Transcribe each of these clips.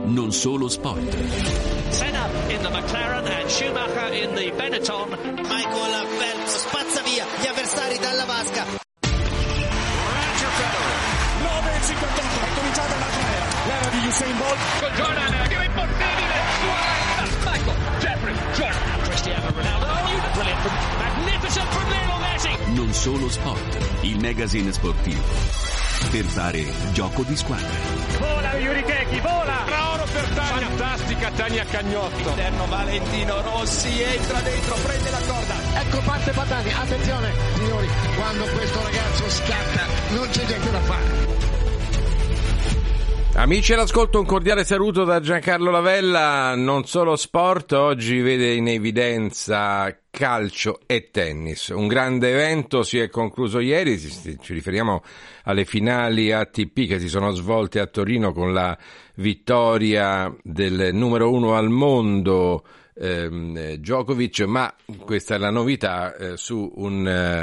Non Solo Sport. Senna in the McLaren and Schumacher in the Benetton. Michael Phelps spazza via gli avversari dalla vasca. Roger Federer. 9:58, è cominciata un'altra era. L'era di Usain Bolt. Con Jordan, è impossibile. Michael Jeffrey Jordan. Cristiano Ronaldo. Brilliant from, magnificent from Lionel Messi. Non Solo Sport, il magazine sportivo per fare gioco di squadra. Vola Yuri Keki, vola! Oro per Tania, fantastica Tania Cagnotto. Interno Valentino Rossi, entra dentro, prende la corda. Ecco parte Patani, attenzione signori, quando questo ragazzo scatta non c'è niente da fare. Amici all'ascolto, un cordiale saluto da Giancarlo Lavella. Non Solo Sport oggi vede in evidenza calcio e tennis. Un grande evento si è concluso ieri, ci riferiamo alle finali ATP che si sono svolte a Torino con la vittoria del numero 1 al mondo Djokovic, ma questa è la novità su un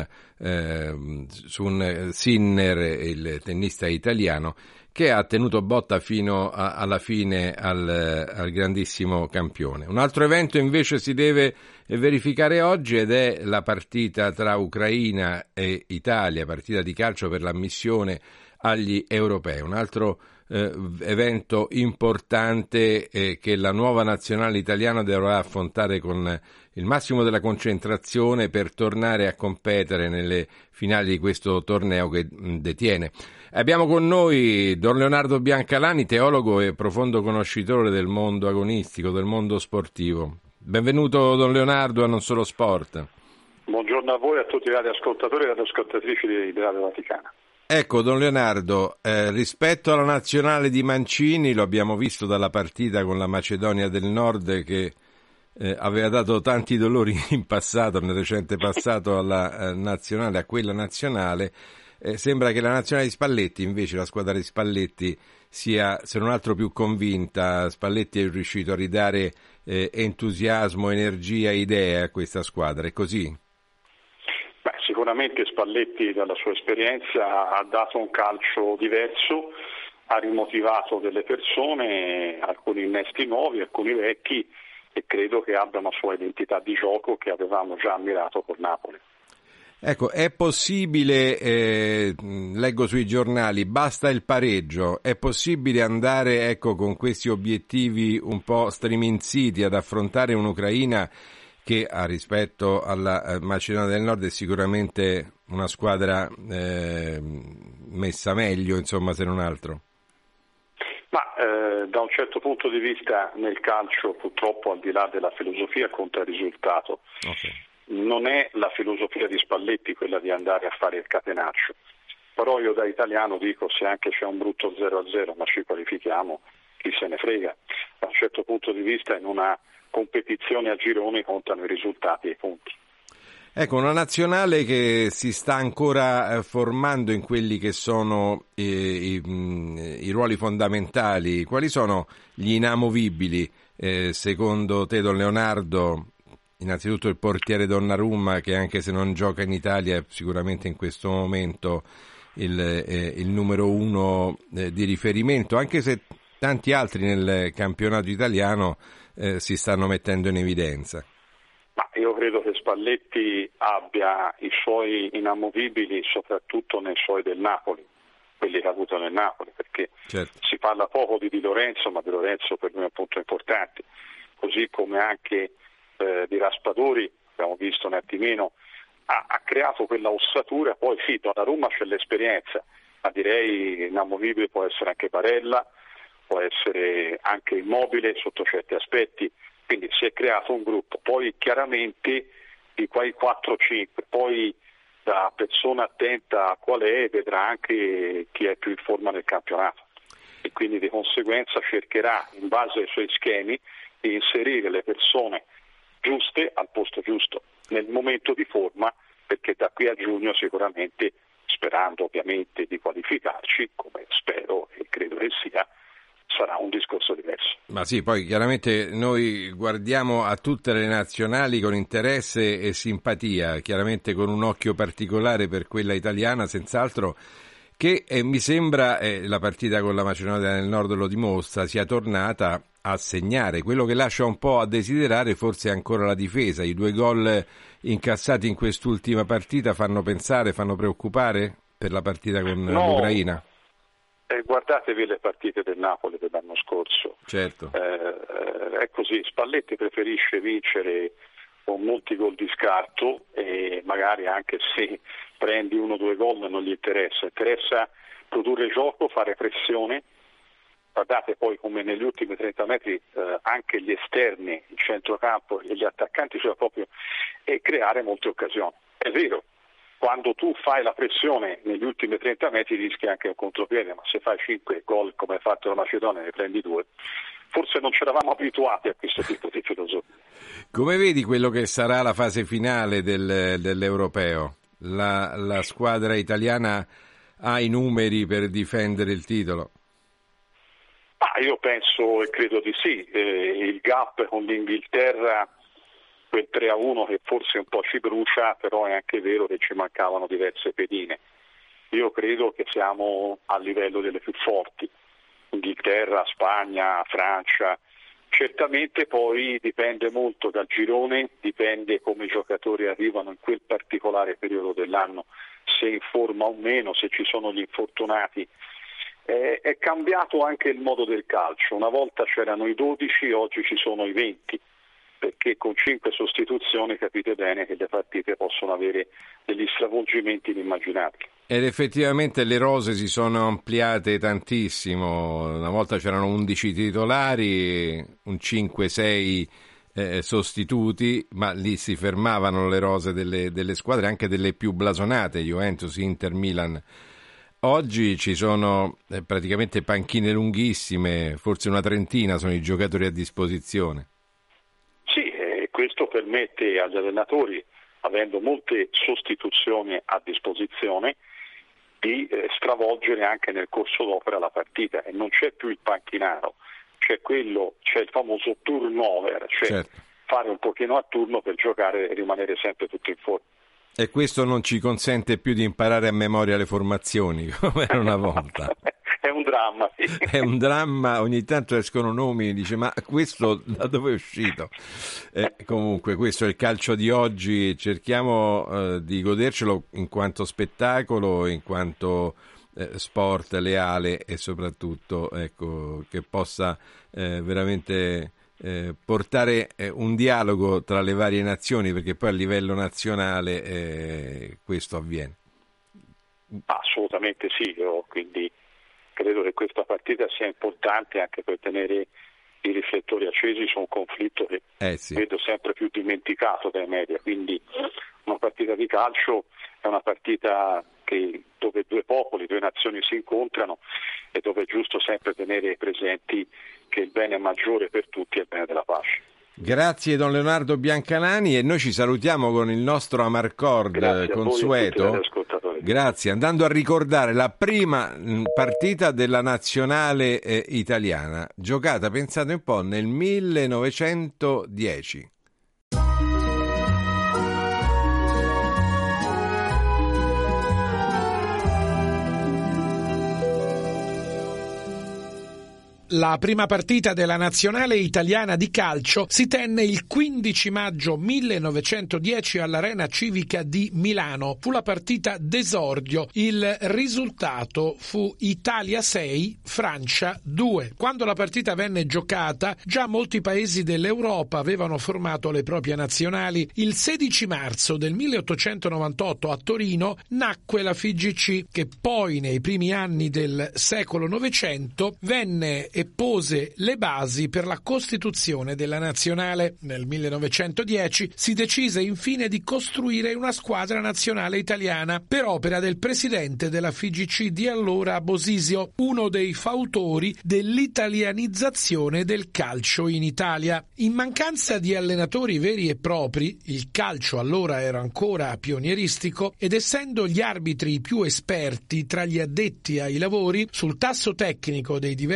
Sinner, il tennista italiano, che ha tenuto botta fino alla fine al grandissimo campione. Un altro evento invece si deve verificare oggi ed è la partita tra Ucraina e Italia, partita di calcio per l'ammissione agli europei. Un altro evento importante che la nuova nazionale italiana dovrà affrontare con il massimo della concentrazione per tornare a competere nelle finali di questo torneo che detiene. Abbiamo con noi Don Leonardo Biancalani, teologo e profondo conoscitore del mondo agonistico, del mondo sportivo. Benvenuto Don Leonardo a Non Solo Sport. Buongiorno a voi e a tutti i radioascoltatori e radioascoltatrici di Radio Vaticana. Ecco Don Leonardo, rispetto alla nazionale di Mancini, lo abbiamo visto dalla partita con la Macedonia del Nord che aveva dato tanti dolori in passato, nel recente passato alla nazionale, a quella nazionale. Sembra che la nazionale di Spalletti, invece la squadra di Spalletti, sia se non altro più convinta. Spalletti è riuscito a ridare entusiasmo, energia, idee a questa squadra, è così? Beh, sicuramente Spalletti dalla sua esperienza ha dato un calcio diverso, ha rimotivato delle persone, alcuni innesti nuovi, alcuni vecchi, e credo che abbia una sua identità di gioco che avevamo già ammirato col Napoli. Ecco, è possibile, leggo sui giornali, basta il pareggio, è possibile andare con questi obiettivi un po' striminziti ad affrontare un'Ucraina che rispetto alla Macedonia del Nord è sicuramente una squadra messa meglio, insomma, se non altro? Ma da un certo punto di vista nel calcio purtroppo al di là della filosofia conta il risultato. Okay. Non è la filosofia di Spalletti quella di andare a fare il catenaccio, però io da italiano dico se anche c'è un brutto 0-0 ma ci qualifichiamo, chi se ne frega. Da un certo punto di vista in una competizione a gironi contano i risultati e i punti. Ecco, una nazionale che si sta ancora formando in quelli che sono i ruoli fondamentali. Quali sono gli inamovibili secondo te, Don Leonardo? Innanzitutto il portiere Donnarumma, che anche se non gioca in Italia è sicuramente in questo momento il numero 1 di riferimento, anche se tanti altri nel campionato italiano si stanno mettendo in evidenza. Ma io credo che Spalletti abbia i suoi inamovibili soprattutto nei suoi del Napoli, quelli che ha avuto nel Napoli, perché certo. Si parla poco di Di Lorenzo, ma Di Lorenzo per me è un punto importante, così come anche di Raspadori, abbiamo visto un attimino, ha creato quella ossatura. Poi sì, Donnarumma c'è l'esperienza, ma direi inamovibile può essere anche Barella, può essere anche Immobile sotto certi aspetti, quindi si è creato un gruppo. Poi chiaramente di quei 4-5, poi da persona attenta a qual è vedrà anche chi è più in forma nel campionato e quindi di conseguenza cercherà in base ai suoi schemi di inserire le persone giuste al posto giusto nel momento di forma, perché da qui a giugno sicuramente, sperando ovviamente di qualificarci, come spero e credo che sia, sarà un discorso diverso. Ma sì, poi chiaramente noi guardiamo a tutte le nazionali con interesse e simpatia, chiaramente con un occhio particolare per quella italiana, senz'altro, che mi sembra, la partita con la Macedonia del Nord lo dimostra, sia tornata a segnare. Quello che lascia un po' a desiderare forse è ancora la difesa. I 2 gol incassati in quest'ultima partita fanno pensare, fanno preoccupare per la partita con l'Ucraina? Guardatevi le partite del Napoli dell'anno scorso. Certo. È così, Spalletti preferisce vincere con molti gol di scarto e magari anche se prendi 1 o 2 gol non gli interessa produrre gioco, fare pressione. Guardate poi come negli ultimi 30 metri anche gli esterni, il centrocampo e gli attaccanti, cioè proprio, e creare molte occasioni. È vero, quando tu fai la pressione negli ultimi 30 metri rischi anche un contropiede, ma se fai 5 gol come ha fatto la Macedonia e ne prendi 2, forse non ci eravamo abituati a questo tipo di filosofia. Come vedi quello che sarà la fase finale dell'Europeo? La squadra italiana ha i numeri per difendere il titolo? Io penso e credo di sì. Il gap con l'Inghilterra, quel 3-1 che forse un po' ci brucia, però è anche vero che ci mancavano diverse pedine. Io credo che siamo a livello delle più forti. Inghilterra, Spagna, Francia. Certamente poi dipende molto dal girone, dipende come i giocatori arrivano in quel particolare periodo dell'anno, se in forma o meno, se ci sono gli infortunati. È cambiato anche il modo del calcio. Una volta c'erano i 12, oggi ci sono i 20, perché con 5 sostituzioni capite bene che le partite possono avere degli stravolgimenti inimmaginabili. Ed effettivamente le rose si sono ampliate tantissimo. Una volta c'erano 11 titolari, un 5-6 sostituti, ma lì si fermavano le rose delle squadre, anche delle più blasonate, Juventus, Inter, Milan. Oggi ci sono praticamente panchine lunghissime, forse una trentina sono i giocatori a disposizione. Sì, questo permette agli allenatori, avendo molte sostituzioni a disposizione, di stravolgere anche nel corso d'opera la partita, e non c'è più il panchinaro, c'è il famoso turnover, cioè certo, fare un pochino a turno per giocare e rimanere sempre tutti in forma. E questo non ci consente più di imparare a memoria le formazioni, come era una volta. È un dramma, sì. È un dramma, ogni tanto escono nomi, dice ma questo da dove è uscito? Comunque questo è il calcio di oggi, cerchiamo di godercelo in quanto spettacolo, in quanto sport leale e soprattutto che possa veramente portare un dialogo tra le varie nazioni, perché poi a livello nazionale questo avviene. Assolutamente sì, quindi credo che questa partita sia importante anche per tenere i riflettori accesi su un conflitto che vedo sempre più dimenticato dai media, quindi una partita di calcio è una partita dove 2 popoli, 2 nazioni si incontrano e dove è giusto sempre tenere presenti che il bene maggiore per tutti è il bene della pace. Grazie Don Leonardo Biancanani, e noi ci salutiamo con il nostro Amarcord consueto. Grazie, andando a ricordare la prima partita della nazionale italiana, giocata, pensate un po', nel 1910. La prima partita della nazionale italiana di calcio si tenne il 15 maggio 1910 all'Arena Civica di Milano. Fu la partita d'esordio. Il risultato fu Italia 6, Francia 2. Quando la partita venne giocata, già molti paesi dell'Europa avevano formato le proprie nazionali. Il 16 marzo del 1898 a Torino nacque la FIGC, che poi nei primi anni del secolo Novecento venne e pose le basi per la costituzione della nazionale. Nel 1910 si decise infine di costruire una squadra nazionale italiana per opera del presidente della FIGC di allora, Bosisio, uno dei fautori dell'italianizzazione del calcio in Italia. In mancanza di allenatori veri e propri, il calcio allora era ancora pionieristico, ed essendo gli arbitri più esperti tra gli addetti ai lavori sul tasso tecnico dei diversi giocatori,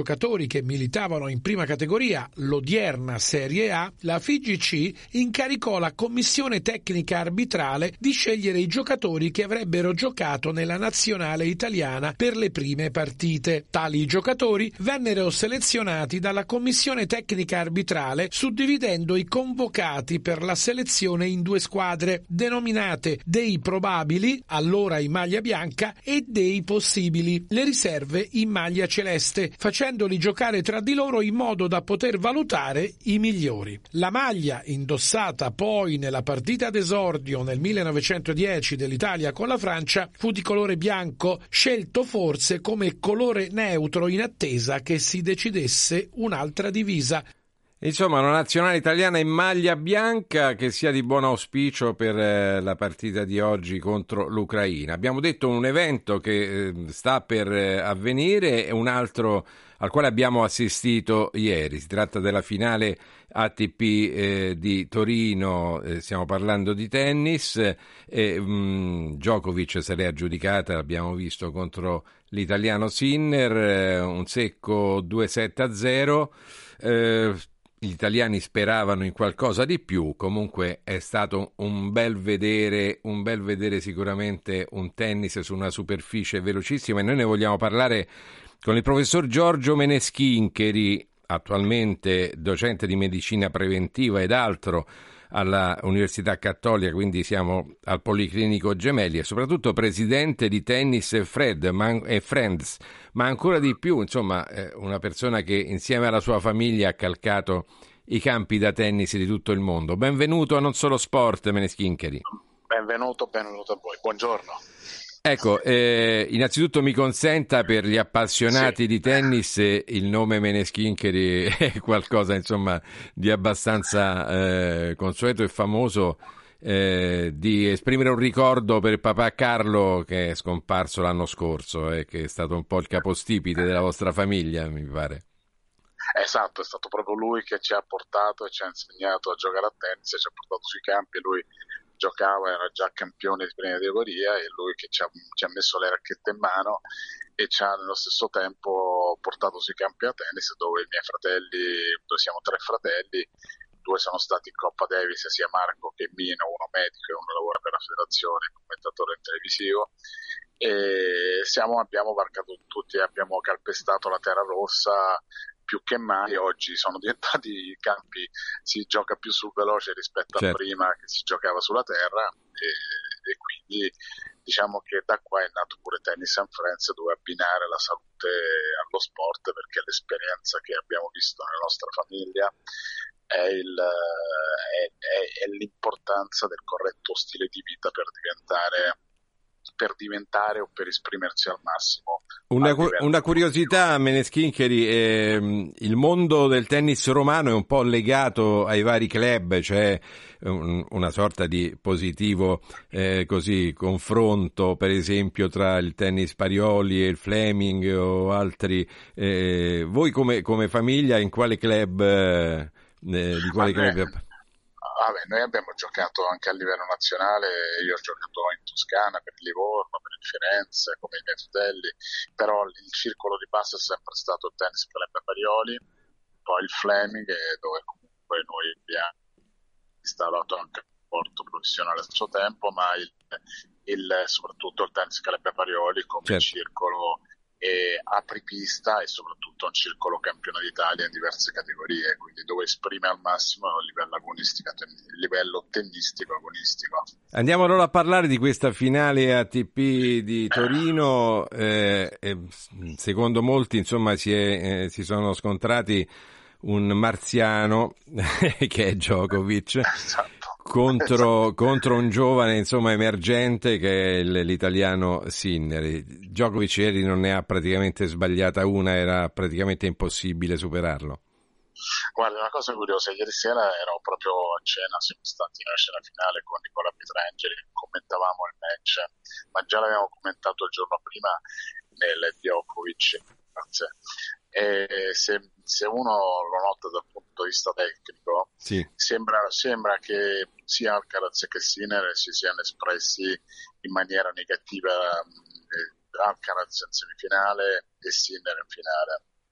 giocatori che militavano in prima categoria, l'odierna Serie A, la FIGC incaricò la commissione tecnica arbitrale di scegliere i giocatori che avrebbero giocato nella nazionale italiana per le prime partite. Tali giocatori vennero selezionati dalla commissione tecnica arbitrale suddividendo i convocati per la selezione in 2 squadre, denominate dei probabili, allora in maglia bianca, e dei possibili, le riserve in maglia celeste, facendoli giocare tra di loro in modo da poter valutare i migliori. La maglia indossata poi nella partita d'esordio nel 1910 dell'Italia con la Francia fu di colore bianco, scelto forse come colore neutro in attesa che si decidesse un'altra divisa. Insomma, una nazionale italiana in maglia bianca che sia di buon auspicio per la partita di oggi contro l'Ucraina. Abbiamo detto un evento che sta per avvenire e un altro al quale abbiamo assistito ieri. Si tratta della finale ATP di Torino, stiamo parlando di tennis. Djokovic se l'è aggiudicata, l'abbiamo visto, contro l'italiano Sinner, un secco 2-7-0. Gli italiani speravano in qualcosa di più, comunque è stato un bel vedere sicuramente un tennis su una superficie velocissima, e noi ne vogliamo parlare con il professor Giorgio Meneschincheri, attualmente docente di medicina preventiva ed altro alla Università Cattolica, quindi siamo al Policlinico Gemelli, e soprattutto presidente di Tennis e Friends, ma ancora di più, insomma, una persona che insieme alla sua famiglia ha calcato i campi da tennis di tutto il mondo. Benvenuto a Non Solo Sport, Meneschincheri. Benvenuto a voi, buongiorno. Ecco, innanzitutto mi consenta, per gli appassionati di tennis, il nome Meneschincheri è qualcosa, insomma, di abbastanza consueto e famoso, di esprimere un ricordo per papà Carlo, che è scomparso l'anno scorso, che è stato un po' il capostipite della vostra famiglia, mi pare. Esatto, è stato proprio lui che ci ha portato e ci ha insegnato a giocare a tennis, ci ha portato sui campi. Lui giocava, era già campione di prima categoria, e lui che ci ha messo le racchette in mano e ci ha nello stesso tempo portato sui campi a tennis, dove i miei fratelli, dove siamo 3 fratelli, 2 sono stati in Coppa Davis, sia Marco che Mino, uno medico e uno lavora per la federazione, commentatore televisivo, e abbiamo varcato tutti, abbiamo calpestato la terra rossa più che mai. Oggi sono diventati i campi, si gioca più sul veloce rispetto a prima, che si giocava sulla terra, e quindi diciamo che da qua è nato pure Tennis and Friends, dove abbinare la salute allo sport, perché l'esperienza che abbiamo visto nella nostra famiglia è l'importanza del corretto stile di vita per diventare o per esprimersi al massimo. Una curiosità, Meneschincheri, il mondo del tennis romano è un po' legato ai vari club, c'è una sorta di positivo confronto, per esempio, tra il Tennis Parioli e il Fleming o altri. Voi come famiglia in quale club? Noi abbiamo giocato anche a livello nazionale, io ho giocato in Toscana per il Livorno, per il Firenze, come i miei fratelli, però il circolo di base è sempre stato il Tennis Club Parioli, poi il Fleming, dove comunque noi abbiamo installato anche un sport professionale al suo tempo, ma soprattutto il Tennis Club Parioli come circolo apripista, e soprattutto un circolo campione d'Italia in diverse categorie, quindi dove esprime al massimo il livello tennistico agonistico. Andiamo allora a parlare di questa finale ATP di Torino. Secondo molti, insomma, si sono scontrati un marziano che è Djokovic, contro un giovane, insomma, emergente che è l'italiano Sinner. Djokovic ieri non ne ha praticamente sbagliata una, era praticamente impossibile superarlo. Guarda, una cosa curiosa, ieri sera ero proprio a cena, siamo stati nella scena finale con Nicola Pietrangeli, commentavamo il match, ma già l'avevamo commentato il giorno prima nel Djokovic, grazie. E se uno lo nota dal punto di vista tecnico, sembra che sia Alcaraz che Sinner si siano espressi in maniera negativa, Alcaraz in semifinale e Sinner in finale.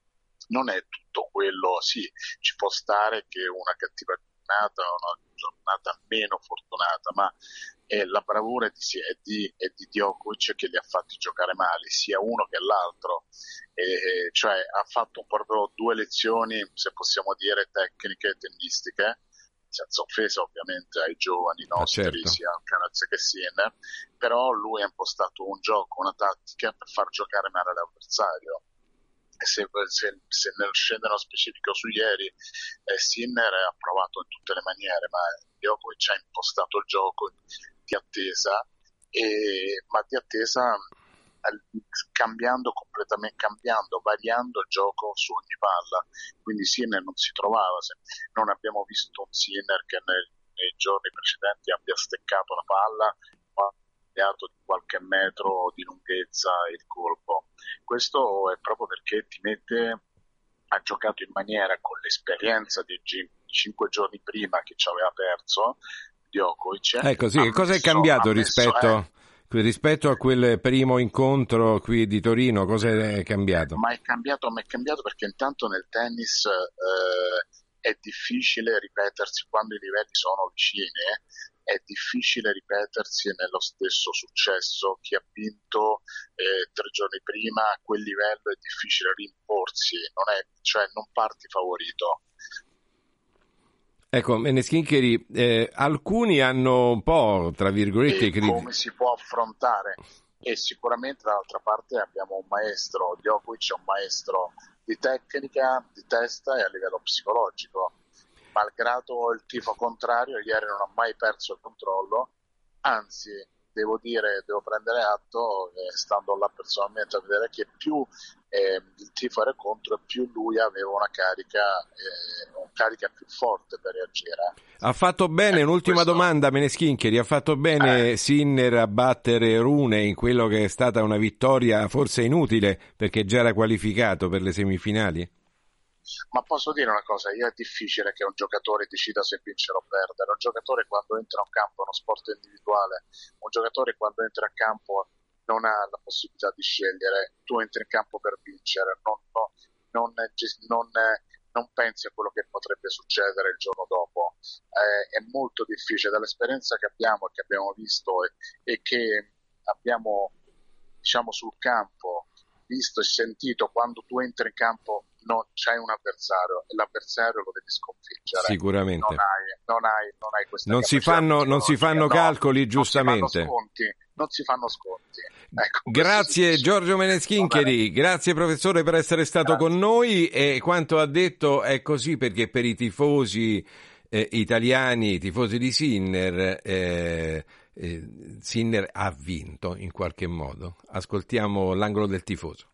non è tutto quello, sì, ci può stare che una cattiva giornata o una giornata meno fortunata, ma è la bravura di Djokovic che li ha fatti giocare male, sia uno che l'altro, cioè ha fatto proprio due lezioni, se possiamo dire, tecniche e tennistiche, senza offesa ovviamente ai giovani nostri, certo, sia Alcaraz che Sinner, però lui ha impostato un gioco, una tattica per far giocare male l'avversario. E se nel scendere nello specifico su ieri, Sinner ha provato in tutte le maniere, ma Djokovic ha impostato il gioco di attesa, ma di attesa variando il gioco su ogni palla, quindi Sinner non si trovava, non abbiamo visto un Sinner che nei giorni precedenti abbia steccato la palla o abbia di qualche metro di lunghezza il colpo. Questo è proprio perché ha giocato in maniera, con l'esperienza di 5 giorni prima che ci aveva perso Djokovic. Ecco, sì, cosa è cambiato rispetto a quel primo incontro qui di Torino? Cosa è cambiato? Ma è cambiato perché intanto nel tennis è difficile ripetersi quando i livelli sono vicini, è difficile ripetersi nello stesso successo. Chi ha vinto 3 giorni prima a quel livello è difficile rimporsi, non parti favorito. Ecco, Meneskincheri, alcuni hanno un po', tra virgolette, come si può affrontare, e sicuramente dall'altra parte abbiamo un maestro, Djokovic è un maestro di tecnica, di testa e a livello psicologico. Malgrado il tifo contrario, ieri non ha mai perso il controllo, anzi devo prendere atto, stando là personalmente a vedere, che più il tifo era contro, più lui aveva una carica più forte per reagire. Ha fatto bene, un'ultima domanda, Meneskincheri, ha fatto bene Sinner a battere Rune in quello che è stata una vittoria forse inutile perché già era qualificato per le semifinali? Ma posso dire una cosa, è difficile che un giocatore decida se vincere o perdere. Un giocatore quando entra in campo è uno sport individuale, un giocatore quando entra in campo non ha la possibilità di scegliere. Tu entri in campo per vincere, non pensi a quello che potrebbe succedere il giorno dopo. È molto difficile, dall'esperienza che abbiamo e che abbiamo visto e che abbiamo, diciamo, sul campo visto e sentito, quando tu entri in campo c'hai un avversario e l'avversario lo devi sconfiggere. Sicuramente. Non hai questa non si fanno calcoli, giustamente. Non si fanno sconti. Ecco, grazie Giorgio Meneskincheri, grazie professore per essere stato con noi, e quanto ha detto è così, perché per i tifosi italiani, i tifosi di Sinner, Sinner ha vinto in qualche modo. Ascoltiamo l'angolo del tifoso.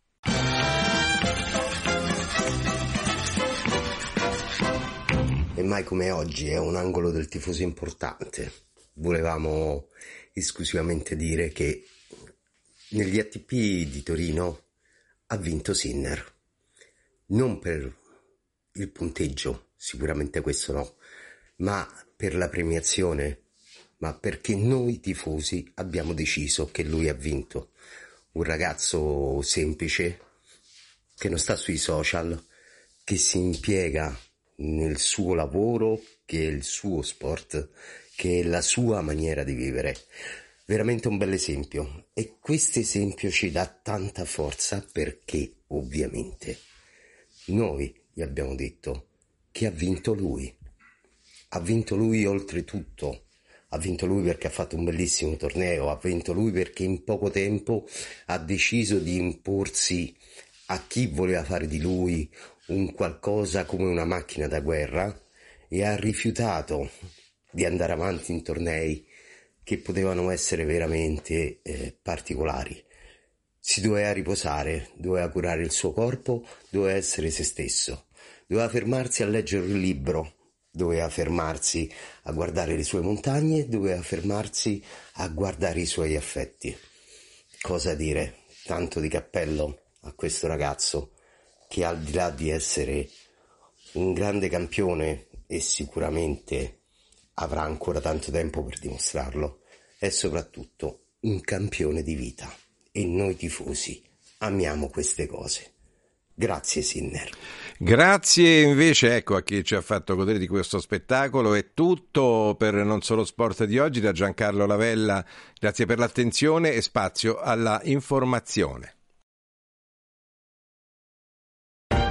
E mai come oggi è un angolo del tifoso importante. Volevamo esclusivamente dire che negli ATP di Torino ha vinto Sinner. Non per il punteggio, sicuramente questo no, ma per la premiazione, ma perché noi tifosi abbiamo deciso che lui ha vinto. Un ragazzo semplice, che non sta sui social, che si impiega nel suo lavoro, che è il suo sport, che è la sua maniera di vivere. Veramente un bel esempio, e questo esempio ci dà tanta forza, perché ovviamente noi gli abbiamo detto che ha vinto lui. Ha vinto lui oltretutto, ha vinto lui perché ha fatto un bellissimo torneo, ha vinto lui perché in poco tempo ha deciso di imporsi a chi voleva fare di lui un qualcosa come una macchina da guerra, e ha rifiutato di andare avanti in tornei che potevano essere veramente particolari. Si doveva riposare, doveva curare il suo corpo, doveva essere se stesso, doveva fermarsi a leggere il libro, doveva fermarsi a guardare le sue montagne, doveva fermarsi a guardare i suoi affetti. Cosa dire? Tanto di cappello a questo ragazzo, che al di là di essere un grande campione, e sicuramente avrà ancora tanto tempo per dimostrarlo, è soprattutto un campione di vita, e noi tifosi amiamo queste cose. Grazie Sinner. Grazie invece a chi ci ha fatto godere di questo spettacolo. È tutto per Non Solo Sport di oggi da Giancarlo Lavella. Grazie per l'attenzione e spazio alla informazione.